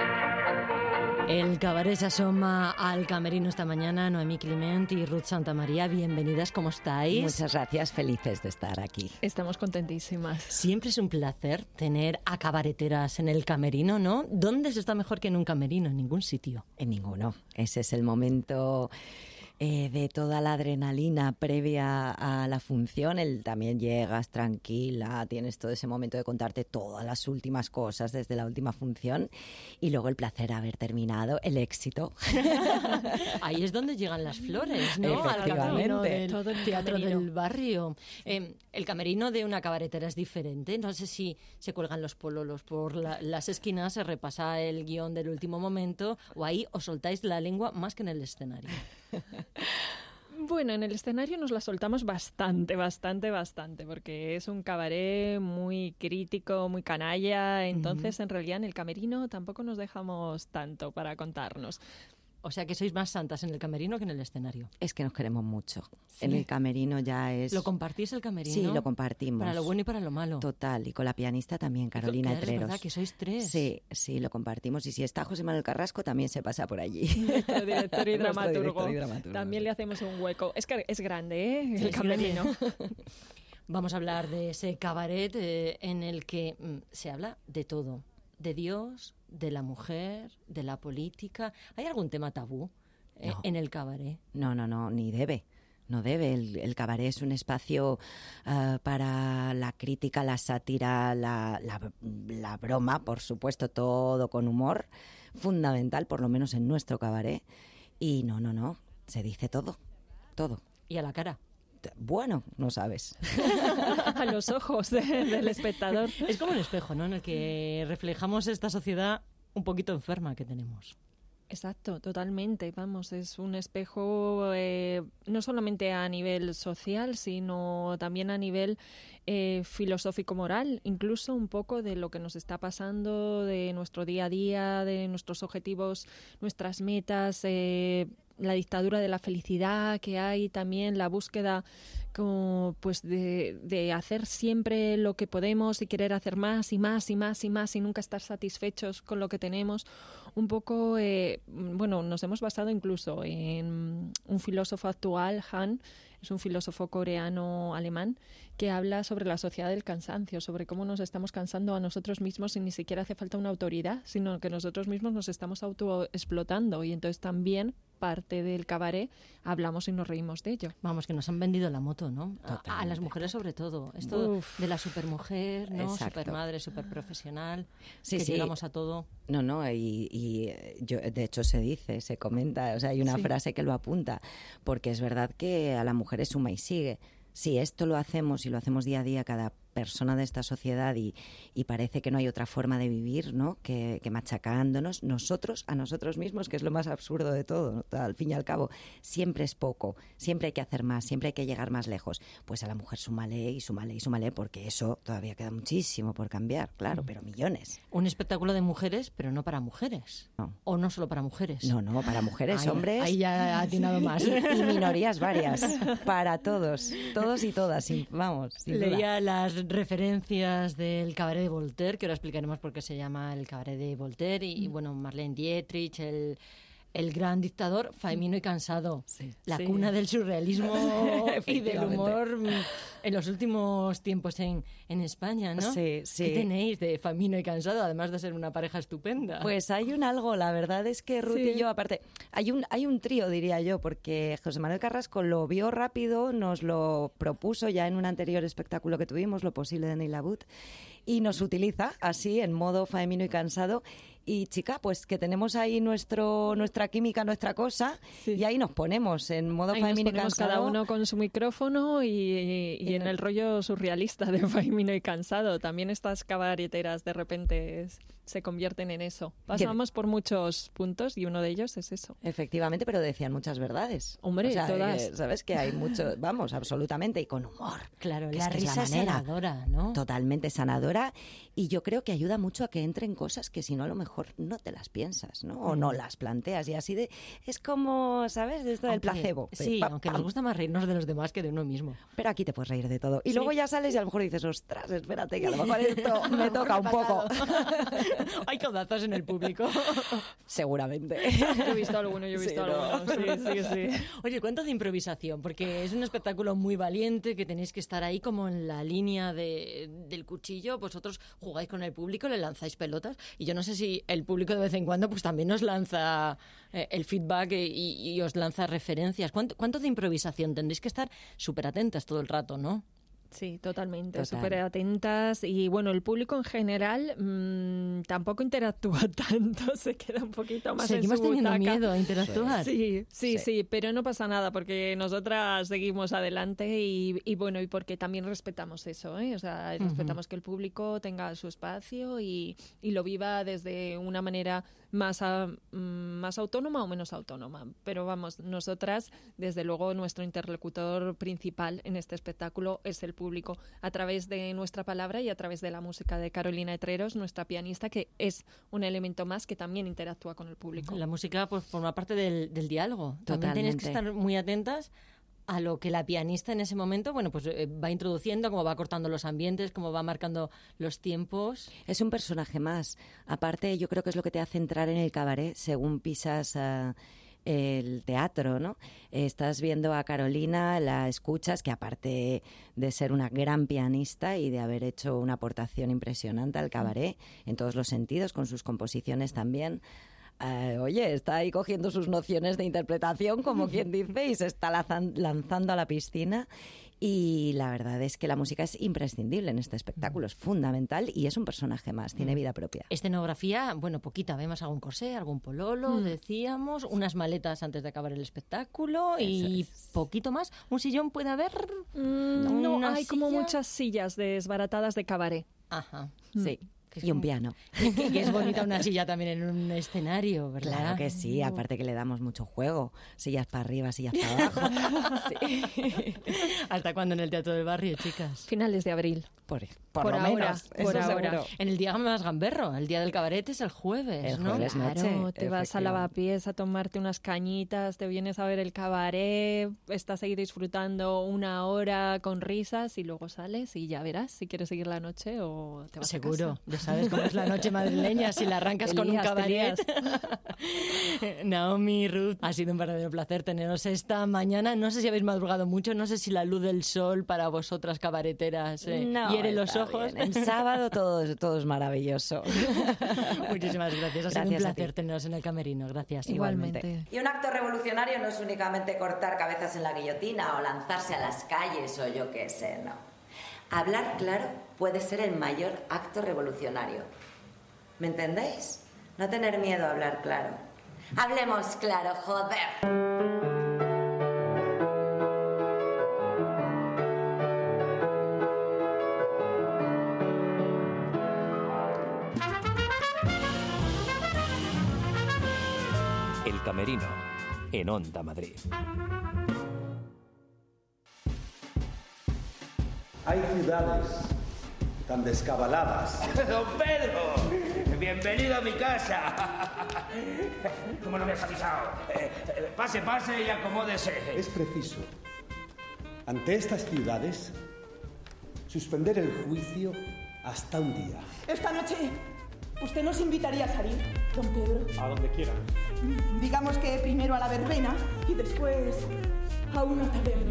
El cabaret se asoma al camerino esta mañana. Noemí Clement y Ruth Santamaría, bienvenidas, ¿cómo estáis? Muchas gracias, felices de estar aquí. Estamos contentísimas. Siempre es un placer tener a cabareteras en el camerino, ¿no? ¿Dónde se está mejor que en un camerino? En ningún sitio. En ninguno. Ese es el momento de toda la adrenalina previa a la función. También llegas tranquila, tienes todo ese momento de contarte todas las últimas cosas desde la última función y luego el placer de haber terminado, el éxito. Ahí es donde llegan las flores, ¿no? Efectivamente. Todo el teatro del barrio. El camerino de una cabaretera es diferente. No sé si se cuelgan los pololos por las esquinas, se repasa el guión del último momento o ahí os soltáis la lengua más que en el escenario. Bueno, en el escenario nos la soltamos bastante, porque es un cabaret muy crítico, muy canalla, entonces en realidad en el camerino tampoco nos dejamos tanto para contarnos. O sea que sois más santas en el camerino que en el escenario. Es que nos queremos mucho. Sí. En el camerino ya es... ¿Lo compartís el camerino? Sí, lo compartimos. Para lo bueno y para lo malo. Total, y con la pianista también, Carolina Etreros. Es verdad que sois tres. Sí, lo compartimos. Y si está José Manuel Carrasco, también se pasa por allí. Nuestro director y dramaturgo. También le hacemos un hueco. Es que es grande, ¿eh? El camerino. Vamos a hablar de ese cabaret en el que se habla de todo, de Dios, de la mujer, de la política. ¿Hay algún tema tabú en el cabaret? No, ni debe. No debe. El cabaret es un espacio para la crítica, la sátira, la broma, por supuesto, todo con humor, fundamental, por lo menos en nuestro cabaret. Y no, se dice todo. ¿Y a la cara? Bueno, no sabes. A los ojos del espectador. Es como un espejo, ¿no? En el que reflejamos esta sociedad un poquito enferma que tenemos. Exacto, totalmente. Vamos, es un espejo no solamente a nivel social, sino también a nivel filosófico-moral, incluso un poco de lo que nos está pasando, de nuestro día a día, de nuestros objetivos, nuestras metas, la dictadura de la felicidad que hay, también la búsqueda como, pues de hacer siempre lo que podemos y querer hacer más y más y más y más y nunca estar satisfechos con lo que tenemos. Un poco, nos hemos basado incluso en un filósofo actual, Han, es un filósofo coreano-alemán, que habla sobre la sociedad del cansancio, sobre cómo nos estamos cansando a nosotros mismos y ni siquiera hace falta una autoridad, sino que nosotros mismos nos estamos autoexplotando y entonces también parte del cabaret hablamos y nos reímos de ello. Vamos, que nos han vendido la moto, ¿no? A las mujeres sobre todo. Esto de la supermujer, ¿no? Exacto. Supermadre, superprofesional, sí, que llegamos a todo. No, y yo, de hecho se comenta, o sea, hay una frase que lo apunta, porque es verdad que a la mujer es suma y sigue. Si esto lo hacemos y lo hacemos día a día cada persona de esta sociedad y parece que no hay otra forma de vivir, ¿no? que machacándonos nosotros a nosotros mismos, que es lo más absurdo de todo, ¿no? Al fin y al cabo, siempre es poco, siempre hay que hacer más, siempre hay que llegar más lejos. Pues a la mujer súmale, porque eso todavía queda muchísimo por cambiar, claro, pero millones. Un espectáculo de mujeres, pero no para mujeres. No. O no solo para mujeres. No, para mujeres, hombres. Ahí ya ha atinado más. Y minorías varias, para todos y todas, vamos, sin Leía duda. las referencias del cabaret de Voltaire, que ahora explicaremos por qué se llama el cabaret de Voltaire, y bueno, Marlene Dietrich, el gran dictador, Faimino y Cansado, la cuna del surrealismo y del humor en los últimos tiempos en España, ¿no? Sí. ¿Qué tenéis de Faimino y Cansado, además de ser una pareja estupenda? Pues hay un algo, la verdad es que Ruth y yo, aparte, hay un trío, diría yo, porque José Manuel Carrasco lo vio rápido, nos lo propuso ya en un anterior espectáculo que tuvimos, Lo posible de Neil Abud, y nos utiliza así, en modo Faimino y Cansado. Y chica, pues que tenemos ahí nuestra química, nuestra cosa, y ahí nos ponemos en modo Faimino y Cansado. Cada uno con su micrófono y en el rollo surrealista de Faimino y Cansado. También estas cabareteras de repente se convierten en eso. Pasamos por muchos puntos y uno de ellos es eso. Efectivamente, pero decían muchas verdades. Hombre, todas. Sabes que hay mucho, vamos, absolutamente, y con humor. Claro, la risa es sanadora, ¿no? Totalmente sanadora, y yo creo que ayuda mucho a que entren cosas que si no a lo mejor no te las piensas, ¿no? O no las planteas, y así es como, ¿sabes? De esto del placebo. Sí, aunque nos gusta más reírnos de los demás que de uno mismo. Pero aquí te puedes reír de todo. Y luego ya sales y a lo mejor dices, ostras, espérate, que a lo mejor esto me toca un poco. Hay codazos en el público. Seguramente. Yo he visto alguno. Sí. Oye, ¿cuánto de improvisación? Porque es un espectáculo muy valiente, que tenéis que estar ahí como en la línea del cuchillo. Vosotros jugáis con el público, le lanzáis pelotas, y yo no sé si el público de vez en cuando pues también os lanza el feedback y os lanza referencias. ¿Cuánto de improvisación? Tendréis que estar súper atentas todo el rato, ¿no? Sí, totalmente, súper atentas, y bueno, el público en general tampoco interactúa tanto, se queda un poquito más en su butaca. Seguimos teniendo miedo a interactuar. Sí, pero no pasa nada porque nosotras seguimos adelante y bueno, y porque también respetamos eso, ¿eh? O sea, respetamos que el público tenga su espacio y lo viva desde una manera más autónoma o menos autónoma, pero vamos, nosotras, desde luego, nuestro interlocutor principal en este espectáculo es el público, a través de nuestra palabra y a través de la música de Carolina Etreros, nuestra pianista, que es un elemento más que también interactúa con el público. La música pues forma parte del diálogo. Totalmente. También tenéis que estar muy atentas a lo que la pianista en ese momento, bueno, pues va introduciendo, cómo va cortando los ambientes, cómo va marcando los tiempos. Es un personaje más. Aparte, yo creo que es lo que te hace entrar en el cabaret según pisas el teatro, ¿no? Estás viendo a Carolina, la escuchas, que aparte de ser una gran pianista y de haber hecho una aportación impresionante al cabaret en todos los sentidos, con sus composiciones también, oye, está ahí cogiendo sus nociones de interpretación, como quien dice, y se está lanzando a la piscina. Y la verdad es que la música es imprescindible en este espectáculo, es fundamental y es un personaje más, tiene vida propia. Escenografía, bueno, poquita, vemos algún corsé, algún pololo, decíamos, unas maletas antes de acabar el espectáculo y poquito más. ¿Un sillón puede haber? No, hay como muchas sillas desbaratadas de cabaret. Ajá, sí. Y un piano. Que es bonita una silla también en un escenario, ¿verdad? Claro que sí, aparte que le damos mucho juego. Sillas para arriba, sillas para abajo. Sí. ¿Hasta cuándo en el Teatro del Barrio, chicas? Finales de abril. Por lo ahora, menos, por ahora. En el día más gamberro, el día del cabaret es el jueves, ¿no? Jueves Claro, noche, te vas a Lavapiés a tomarte unas cañitas, te vienes a ver el cabaret, estás ahí disfrutando una hora con risas y luego sales y ya verás si quieres seguir la noche o te vas Seguro, a casa. ya sabes cómo es la noche madrileña, si la arrancas con un cabaret. Naomi, Ruth, ha sido un verdadero placer teneros esta mañana. No sé si habéis madrugado mucho, no sé si la luz del sol para vosotras cabareteras hiere los ojos. Bien. En sábado todo es maravilloso. Muchísimas gracias, ha sido un placer teneros en el camerino. Gracias. Igualmente. Y un acto revolucionario no es únicamente cortar cabezas en la guillotina o lanzarse a las calles o yo qué sé, no. Hablar claro puede ser el mayor acto revolucionario. ¿Me entendéis? No tener miedo a hablar claro. Hablemos claro, joder. El Camerino, en Onda Madrid. Hay ciudades tan descabaladas. ¡Don Pedro! ¡Bienvenido a mi casa! ¿Cómo no me has avisado? Pase y acomódese. Es preciso, ante estas ciudades, suspender el juicio hasta un día. Esta noche, ¿usted nos invitaría a salir, don Pedro? A donde quiera. Digamos que primero a la verbena y después a una taberna.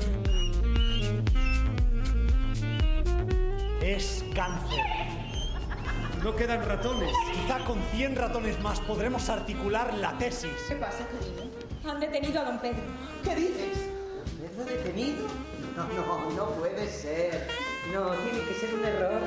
Es cáncer. No quedan ratones. Quizá con 100 ratones más podremos articular la tesis. ¿Qué pasa, cariño? Han detenido a don Pedro. ¿Qué dices? ¿Pedro detenido? No puede ser. No, tiene que ser un error.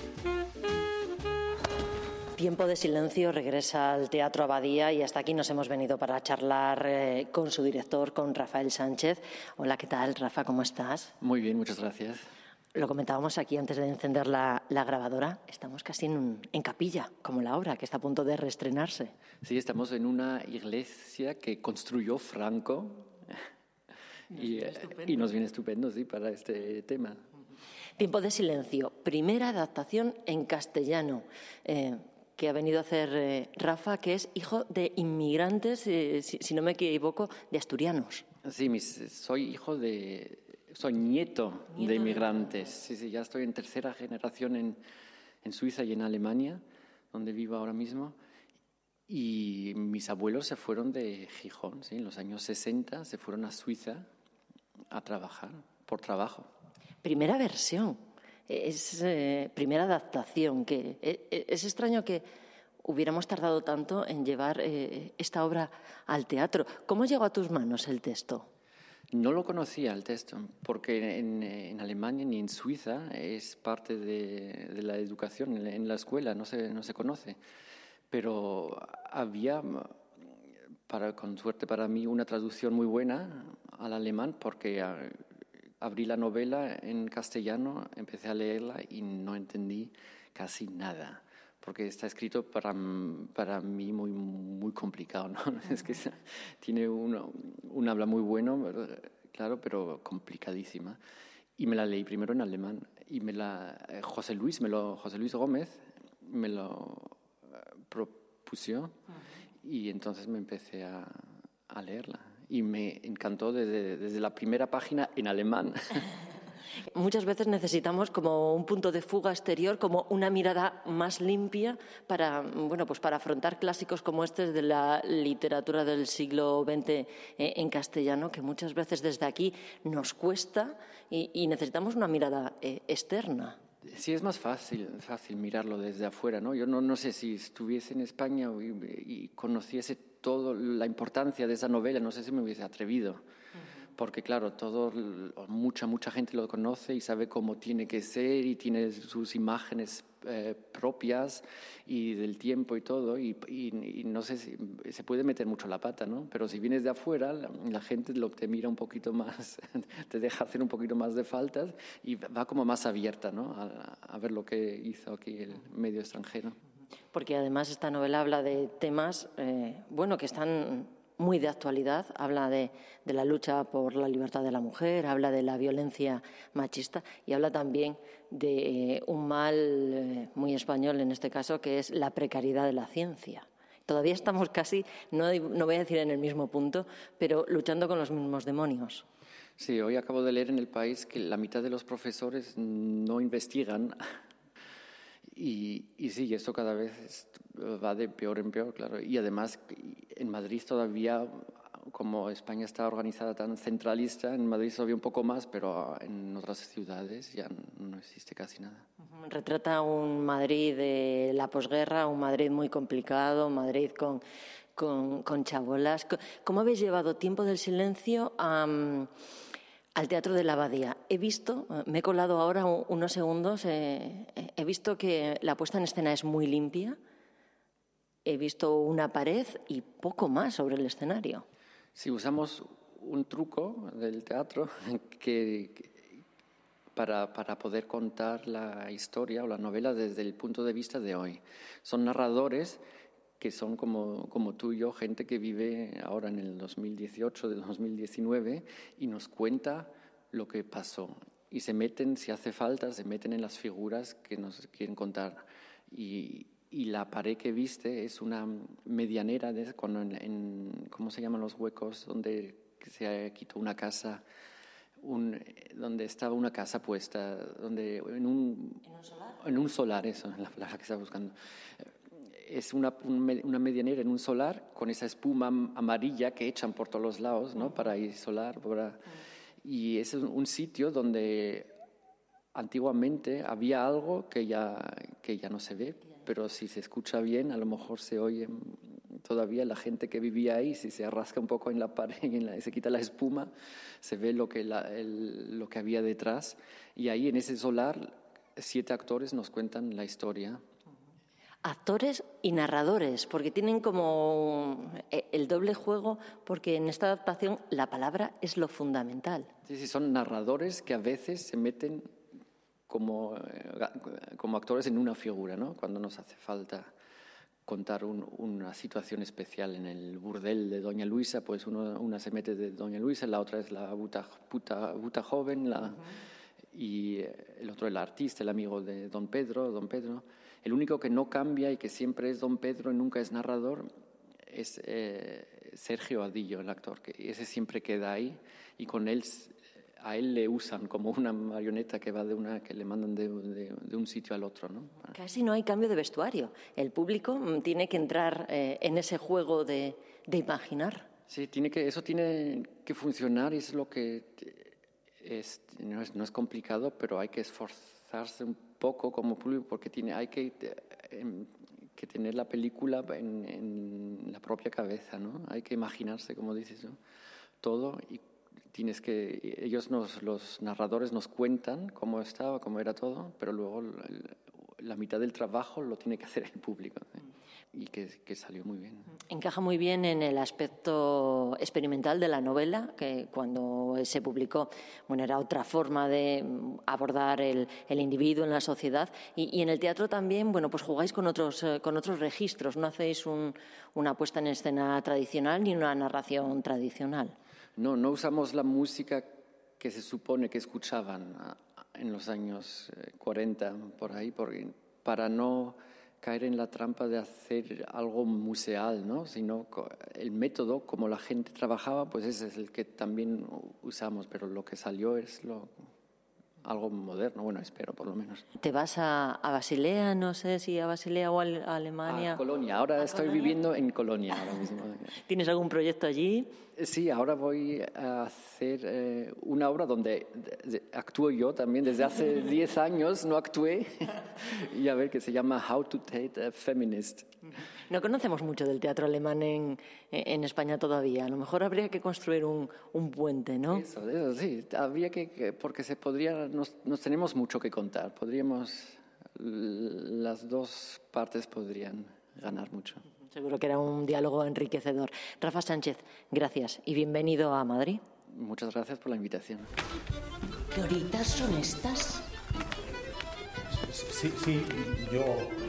Tiempo de Silencio regresa al Teatro Abadía y hasta aquí nos hemos venido para charlar con su director, con Rafael Sánchez. Hola, ¿qué tal, Rafa? ¿Cómo estás? Muy bien, muchas gracias. Lo comentábamos aquí antes de encender la grabadora. Estamos casi en capilla, como la obra, que está a punto de reestrenarse. Sí, estamos en una iglesia que construyó Franco y nos viene estupendo, sí, para este tema. Tiempo de Silencio, primera adaptación en castellano que ha venido a hacer Rafa, que es hijo de inmigrantes, si no me equivoco, de asturianos. Sí, soy nieto de inmigrantes. Sí, ya estoy en tercera generación en Suiza y en Alemania, donde vivo ahora mismo. Y mis abuelos se fueron de Gijón, ¿sí? En los años 60 se fueron a Suiza a trabajar, por trabajo. Primera versión, es primera adaptación. Que es extraño que hubiéramos tardado tanto en llevar esta obra al teatro. ¿Cómo llegó a tus manos el texto? No lo conocía el texto, porque en Alemania ni en Suiza es parte de la educación, en la escuela no se conoce. Pero había, con suerte para mí, una traducción muy buena al alemán, porque abrí la novela en castellano, empecé a leerla y no entendí casi nada, porque está escrito para mí muy, muy complicado, ¿no? Es que tiene un habla muy bueno, claro, pero complicadísima. Y me la leí primero en alemán y José Luis Gómez me lo propuso y entonces me empecé a leerla. Y me encantó desde la primera página en alemán. Muchas veces necesitamos como un punto de fuga exterior, como una mirada más limpia para, bueno, pues para afrontar clásicos como este de la literatura del siglo XX en castellano, que muchas veces desde aquí nos cuesta y necesitamos una mirada externa. Sí, es más fácil mirarlo desde afuera, ¿no? Yo no sé si estuviese en España y conociese toda la importancia de esa novela, no sé si me hubiese atrevido. Porque claro, mucha gente lo conoce y sabe cómo tiene que ser y tiene sus imágenes propias y del tiempo y todo, y no sé si se puede meter mucho la pata, ¿no? Pero si vienes de afuera, la gente te mira un poquito más, te deja hacer un poquito más de faltas y va como más abierta, ¿no? A ver lo que hizo aquí el medio extranjero. Porque además esta novela habla de temas, que están muy de actualidad, habla de la lucha por la libertad de la mujer, habla de la violencia machista y habla también de un mal muy español en este caso, que es la precariedad de la ciencia. Todavía estamos casi, no voy a decir en el mismo punto, pero luchando con los mismos demonios. Sí, hoy acabo de leer en El País que la mitad de los profesores no investigan. Y sí, esto cada vez va de peor en peor, claro. Y además, en Madrid todavía, como España está organizada tan centralista, en Madrid todavía un poco más, pero en otras ciudades ya no existe casi nada. Retrata un Madrid de la posguerra, un Madrid muy complicado, un Madrid con chabolas. ¿Cómo habéis llevado Tiempo del Silencio al Teatro de la Abadía? Me he colado ahora unos segundos, he visto que la puesta en escena es muy limpia, he visto una pared y poco más sobre el escenario. Sí, usamos un truco del teatro para poder contar la historia o la novela desde el punto de vista de hoy. Son narradores que son como tú y yo, gente que vive ahora en el 2018, del 2019, y nos cuenta lo que pasó. Y se meten, si hace falta, se meten en las figuras que nos quieren contar. Y la pared que viste es una medianera, cuando ¿cómo se llaman los huecos? Donde se quitó una casa, donde estaba una casa puesta, donde ¿En un solar? En un solar, eso, la palabra que estaba buscando. Es una medianera en un solar con esa espuma amarilla que echan por todos los lados, ¿no? Para isolar. Y es un sitio donde antiguamente había algo que ya no se ve, pero si se escucha bien, a lo mejor se oye todavía la gente que vivía ahí. Si se rasca un poco en la pared y se quita la espuma, se ve lo que había detrás. Y ahí en ese solar 7 actores nos cuentan la historia. Actores y narradores, porque tienen como el doble juego, porque en esta adaptación la palabra es lo fundamental. Sí, son narradores que a veces se meten como actores en una figura, ¿no? Cuando nos hace falta contar una situación especial en el burdel de Doña Luisa, pues una se mete de Doña Luisa, la otra es la puta joven, y el otro el artista, el amigo de Don Pedro. El único que no cambia y que siempre es Don Pedro y nunca es narrador es Sergio Adillo, el actor, que ese siempre queda ahí, y a él le usan como una marioneta que le mandan de un sitio al otro, ¿no? Casi no hay cambio de vestuario. El público tiene que entrar en ese juego de imaginar. Sí, eso tiene que funcionar, y es lo que no es complicado, pero hay que esforzarse un poco como público, porque hay que tener la película en la propia cabeza, ¿no? Hay que imaginarse, como dices, ¿no? Todo, y los narradores nos cuentan cómo era todo, pero luego la mitad del trabajo lo tiene que hacer el público, ¿eh? Y que salió muy bien. Encaja muy bien en el aspecto experimental de la novela, que cuando se publicó, era otra forma de abordar el individuo en la sociedad, y en el teatro también, pues jugáis con otros registros, no hacéis una puesta en escena tradicional ni una narración tradicional. No usamos la música que se supone que escuchaban en los años 40, por ahí, para no caer en la trampa de hacer algo museal, ¿no? Sino el método, como la gente trabajaba, pues ese es el que también usamos, pero lo que salió es algo moderno, bueno, espero por lo menos. ¿Te vas a Basilea? No sé si a Basilea o a Alemania. A Colonia, ahora estoy viviendo en Colonia ahora mismo. ¿Tienes algún proyecto allí? Sí, ahora voy a hacer una obra donde actúo yo también. Desde hace 10 años no actué. Y a ver, que se llama How to Date a Feminist. No conocemos mucho del teatro alemán en España todavía. A lo mejor habría que construir un puente, ¿no? Eso, sí. Habría porque nos tenemos mucho que contar. Las dos partes podrían ganar mucho. Seguro que era un diálogo enriquecedor. Rafa Sánchez, gracias y bienvenido a Madrid. Muchas gracias por la invitación. ¿Qué horitas son estas? Sí, yo...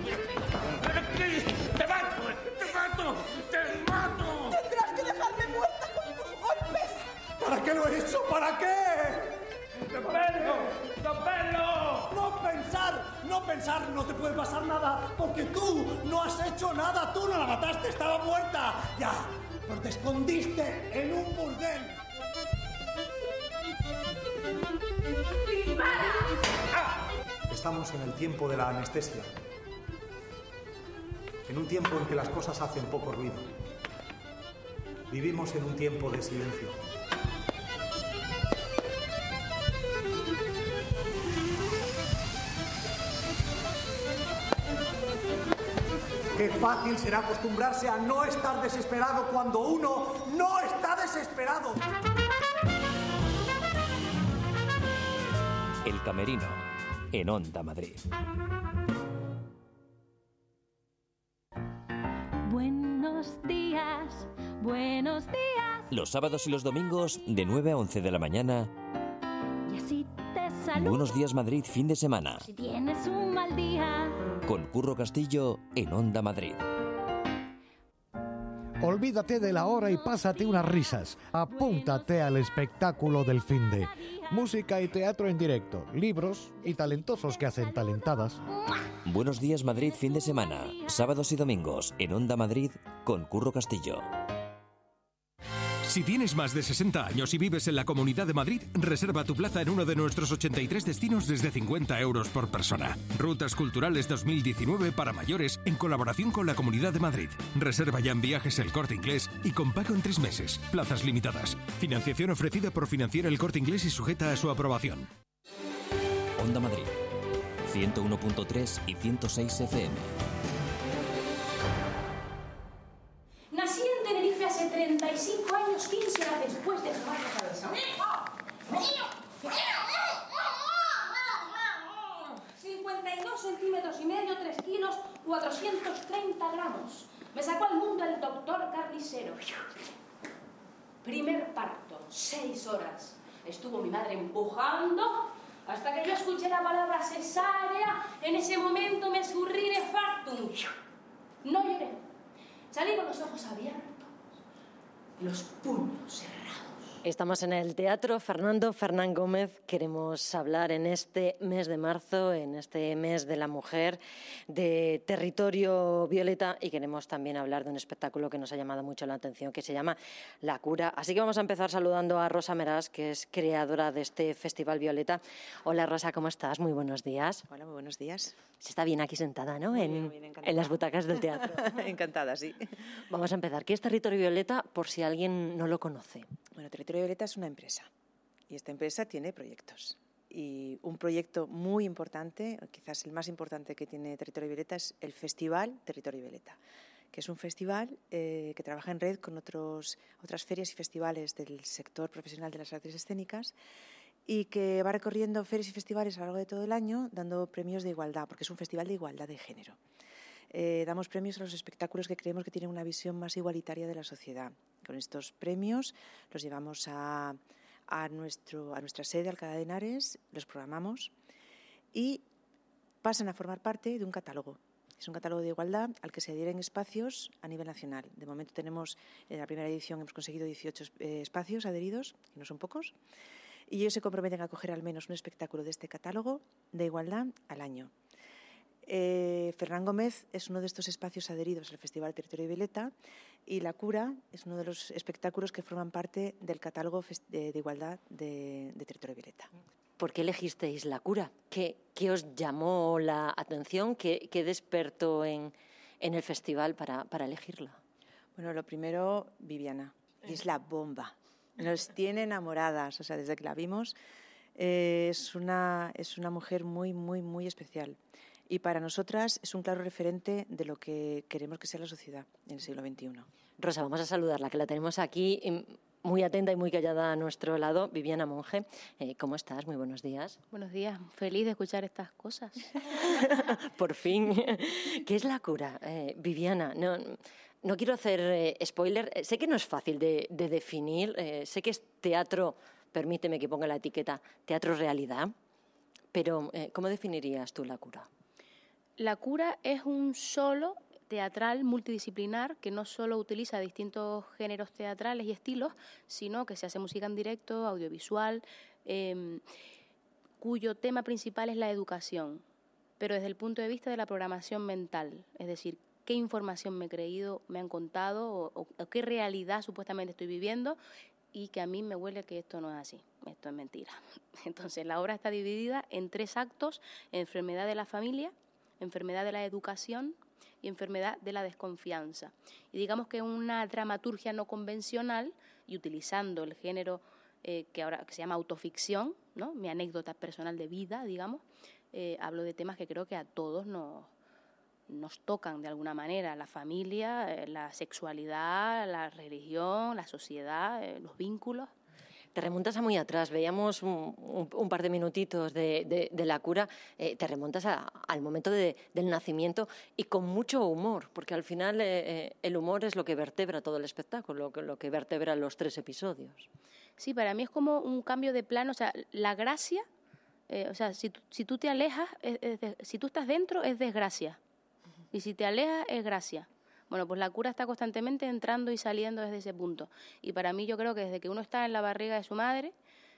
¡Te mato! ¡Te mato! ¡Tendrás que dejarme muerta con tus golpes! ¿Para qué lo he hecho? ¿Para qué? ¡Don Pedro! No pensar, no te puede pasar nada, porque tú no has hecho nada, tú no la mataste, estaba muerta. Ya, pero te escondiste en un burdel. ¡Dispara! Estamos en el tiempo de la anestesia. En un tiempo en que las cosas hacen poco ruido. Vivimos en un tiempo de silencio. Qué fácil será acostumbrarse a no estar desesperado cuando uno no está desesperado. El Camerino, en Onda Madrid. Buenos días, buenos días. Los sábados y los domingos, de 9 a 11 de la mañana. Y así te saludo. Buenos días, Madrid, fin de semana. Si tienes un mal día. Con Curro Castillo, en Onda Madrid. Olvídate de la hora y pásate unas risas. Apúntate al espectáculo del finde. Música y teatro en directo, libros y talentosos que hacen talentadas. Buenos días, Madrid, fin de semana. Sábados y domingos, en Onda Madrid, con Curro Castillo. Si tienes más de 60 años y vives en la Comunidad de Madrid, reserva tu plaza en uno de nuestros 83 destinos desde 50 euros por persona. Rutas Culturales 2019 para mayores en colaboración con la Comunidad de Madrid. Reserva ya en Viajes El Corte Inglés y con pago en 3 meses. Plazas limitadas. Financiación ofrecida por Financiera El Corte Inglés y sujeta a su aprobación. Onda Madrid, 101.3 y 106 FM. Nací en Tenerife hace 35 años, 15 horas después de tomar la cabeza. 52 centímetros y medio, 3 kilos, 430 gramos. Me sacó al mundo el doctor carnicero. Primer parto, 6 horas. Estuvo mi madre empujando hasta que yo escuché la palabra cesárea. En ese momento me escurrí de factum. No lloré. Salí con los ojos abiertos, los puños cerrados. Estamos en el Teatro Fernán Gómez. Queremos hablar en este mes de marzo, en este mes de la mujer, de Territorio Violeta, y queremos también hablar de un espectáculo que nos ha llamado mucho la atención, que se llama La Cura. Así que vamos a empezar saludando a Rosa Meras, que es creadora de este Festival Violeta. Hola Rosa, ¿cómo estás? Muy buenos días. Hola, muy buenos días. Se está bien aquí sentada, ¿no? Bien, en las butacas del teatro. Encantada, sí. Vamos a empezar. ¿Qué es Territorio Violeta, por si alguien no lo conoce? Bueno, Territorio Violeta es una empresa y esta empresa tiene proyectos. Y un proyecto muy importante, quizás el más importante que tiene Territorio Violeta, es el Festival Territorio Violeta, que es un festival que trabaja en red con otras ferias y festivales del sector profesional de las artes escénicas y que va recorriendo ferias y festivales a lo largo de todo el año dando premios de igualdad, porque es un festival de igualdad de género. Damos premios a los espectáculos que creemos que tienen una visión más igualitaria de la sociedad. Con estos premios los llevamos a nuestra sede, Alcalá de Henares, los programamos y pasan a formar parte de un catálogo. Es un catálogo de igualdad al que se adhieren espacios a nivel nacional. De momento tenemos, en la primera edición hemos conseguido 18 espacios adheridos, que no son pocos, y ellos se comprometen a acoger al menos un espectáculo de este catálogo de igualdad al año. Fernán Gómez es uno de estos espacios adheridos al Festival Territorio Violeta y La Cura es uno de los espectáculos que forman parte del catálogo de igualdad de Territorio Violeta. ¿por qué elegisteis La cura? ¿Qué os llamó la atención? ¿Qué despertó en el festival para elegirla? Bueno, lo primero, Viviana, y es la bomba. Nos tiene enamoradas, o sea, desde que la vimos, es una mujer muy, muy, muy especial. Y para nosotras es un claro referente de lo que queremos que sea la sociedad en el siglo XXI. Rosa, vamos a saludarla, que la tenemos aquí muy atenta y muy callada a nuestro lado. Viviana Monge, ¿cómo estás? Muy buenos días. Buenos días, feliz de escuchar estas cosas. Por fin. ¿Qué es La cura? Viviana, no quiero hacer spoiler. Sé que no es fácil de definir. Sé que es teatro, permíteme que ponga la etiqueta, teatro realidad. Pero, ¿cómo definirías tú La cura? La cura es un solo teatral multidisciplinar que no solo utiliza distintos géneros teatrales y estilos, sino que se hace música en directo, audiovisual, cuyo tema principal es la educación, pero desde el punto de vista de la programación mental, es decir, qué información me he creído, me han contado o qué realidad supuestamente estoy viviendo y que a mí me huele que esto no es así, esto es mentira. Entonces la obra está dividida en 3 actos: enfermedad de la familia, enfermedad de la educación y enfermedad de la desconfianza. Y digamos que una dramaturgia no convencional, y utilizando el género que se llama autoficción, ¿no? Mi anécdota personal de vida, digamos, hablo de temas que creo que a todos nos tocan de alguna manera: la familia, la sexualidad, la religión, la sociedad, los vínculos. Te remontas a muy atrás, veíamos un par de minutitos de La cura, te remontas al momento del nacimiento y con mucho humor, porque al final el humor es lo que vertebra todo el espectáculo, lo que vertebra los 3 episodios. Sí, para mí es como un cambio de plano, o sea, la gracia, o sea, si tú te alejas, si tú estás dentro es desgracia, y si te alejas es gracia. Bueno, pues La cura está constantemente entrando y saliendo desde ese punto. Y para mí yo creo que desde que uno está en la barriga de su madre,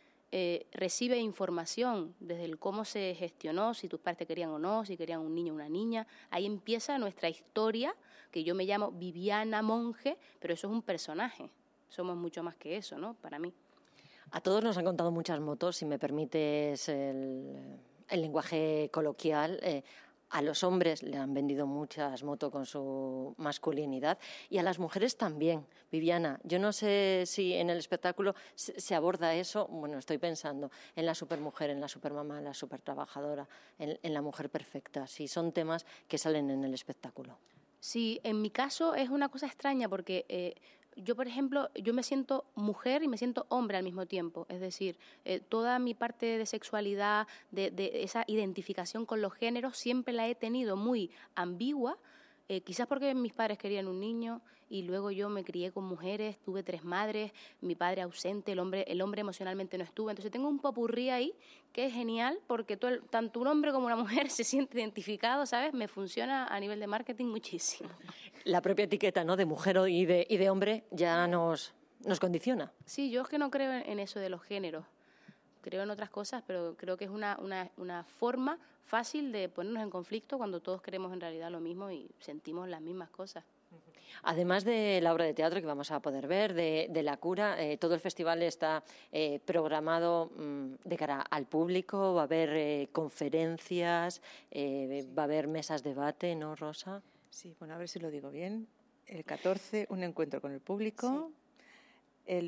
recibe información desde el cómo se gestionó, si tus padres te querían o no, si querían un niño o una niña. Ahí empieza nuestra historia, que yo me llamo Viviana Monge, pero eso es un personaje. Somos mucho más que eso, ¿no? Para mí. A todos nos han contado muchas motos, si me permites el lenguaje coloquial. A los hombres le han vendido muchas motos con su masculinidad y a las mujeres también. Viviana, yo no sé si en el espectáculo se aborda eso. Bueno, estoy pensando en la supermujer, en la supermamá, en la supertrabajadora, en la mujer perfecta. Si son temas que salen en el espectáculo. Sí, en mi caso es una cosa extraña porque yo, por ejemplo, yo me siento mujer y me siento hombre al mismo tiempo. Es decir, toda mi parte de sexualidad, de esa identificación con los géneros, siempre la he tenido muy ambigua. Quizás porque mis padres querían un niño y luego yo me crié con mujeres, tuve 3 madres, mi padre ausente, el hombre emocionalmente no estuvo. Entonces tengo un popurrí ahí que es genial porque tanto un hombre como una mujer se siente identificado, ¿sabes? Me funciona a nivel de marketing muchísimo. La propia etiqueta, ¿no?, de mujer y de hombre ya nos condiciona. Sí, yo es que no creo en eso de los géneros. Creo en otras cosas, pero creo que es una forma fácil de ponernos en conflicto cuando todos queremos en realidad lo mismo y sentimos las mismas cosas. Además de la obra de teatro que vamos a poder ver, de La cura, todo el festival está programado de cara al público. Va a haber conferencias, va a haber mesas de debate, ¿no, Rosa? Sí, bueno, a ver si lo digo bien. El 14, un encuentro con el público. Sí. El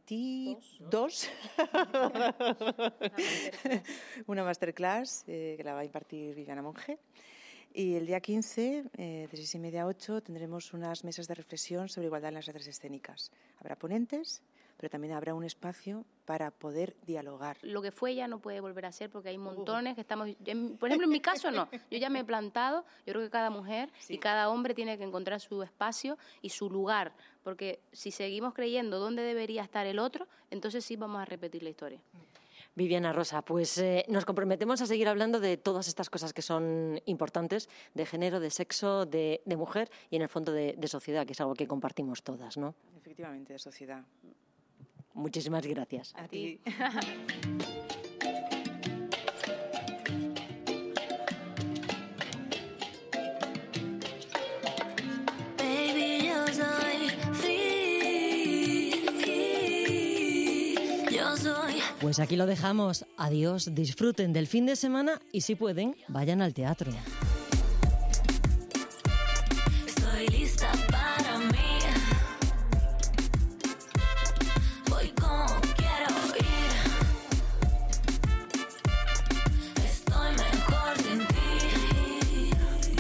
22, una masterclass que la va a impartir Viviana Monge. Y el día 15, de 6:30 a 8, tendremos unas mesas de reflexión sobre igualdad en las artes escénicas. Habrá ponentes, pero también habrá un espacio para poder dialogar. Lo que fue ya no puede volver a ser porque hay montones que estamos... Por ejemplo, en mi caso no. Yo ya me he plantado. Yo creo que cada mujer y cada hombre tiene que encontrar su espacio y su lugar. Porque si seguimos creyendo dónde debería estar el otro, entonces sí vamos a repetir la historia. Viviana, Rosa, pues nos comprometemos a seguir hablando de todas estas cosas que son importantes, de género, de sexo, de mujer y en el fondo de sociedad, que es algo que compartimos todas, ¿no? Efectivamente, de sociedad. Muchísimas gracias. A ti. Baby, yo soy free. Yo soy Pues aquí lo dejamos. Adiós, disfruten del fin de semana y si pueden, vayan al teatro. Estoy lista para mí. Voy como quiero ir. Estoy mejor sin ti.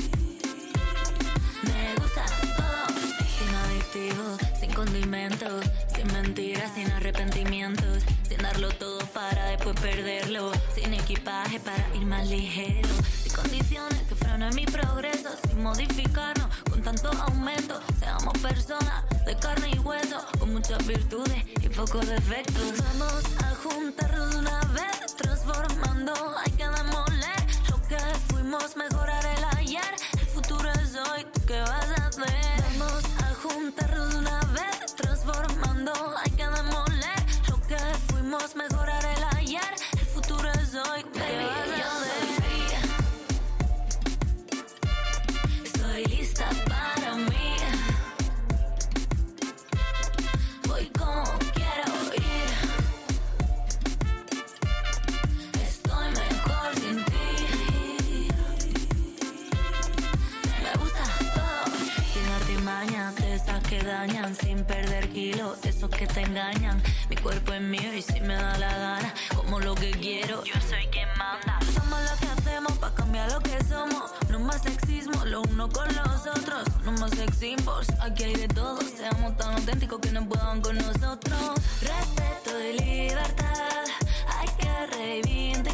Me gusta todo. Sin aditivos, sin condimentos, sin mentiras, sin arrepentimientos, sin darlo todo para después perderlo, sin equipaje para ir más ligero, sin condiciones que frenen mi progreso, sin modificarnos con tanto aumento. Seamos personas de carne y hueso, con muchas virtudes y pocos defectos. Vamos a juntarnos una vez, transformando, hay que demoler lo que fuimos, mejorar el ayer, el futuro es hoy, ¿tú qué vas a hacer? Vamos a juntarnos una vez, transformando, hay que demoler lo que fuimos, mejorar el ayer, el futuro es hoy, baby, yo estoy lista para mí. Voy como quiero ir. Estoy mejor sin ti. Me gusta todo. Sin artimañas, de esas que dañan, sin perder kilos, de esos que te engañan. Mi cuerpo es mío y si me da la gana, como lo que quiero, yo soy quien manda. Somos lo que hacemos para cambiar lo que somos. No más sexismo, lo uno con los otros. No más sex symbols, aquí hay de todo. Seamos tan auténticos que no puedan con nosotros. Respeto y libertad, hay que reivindicar.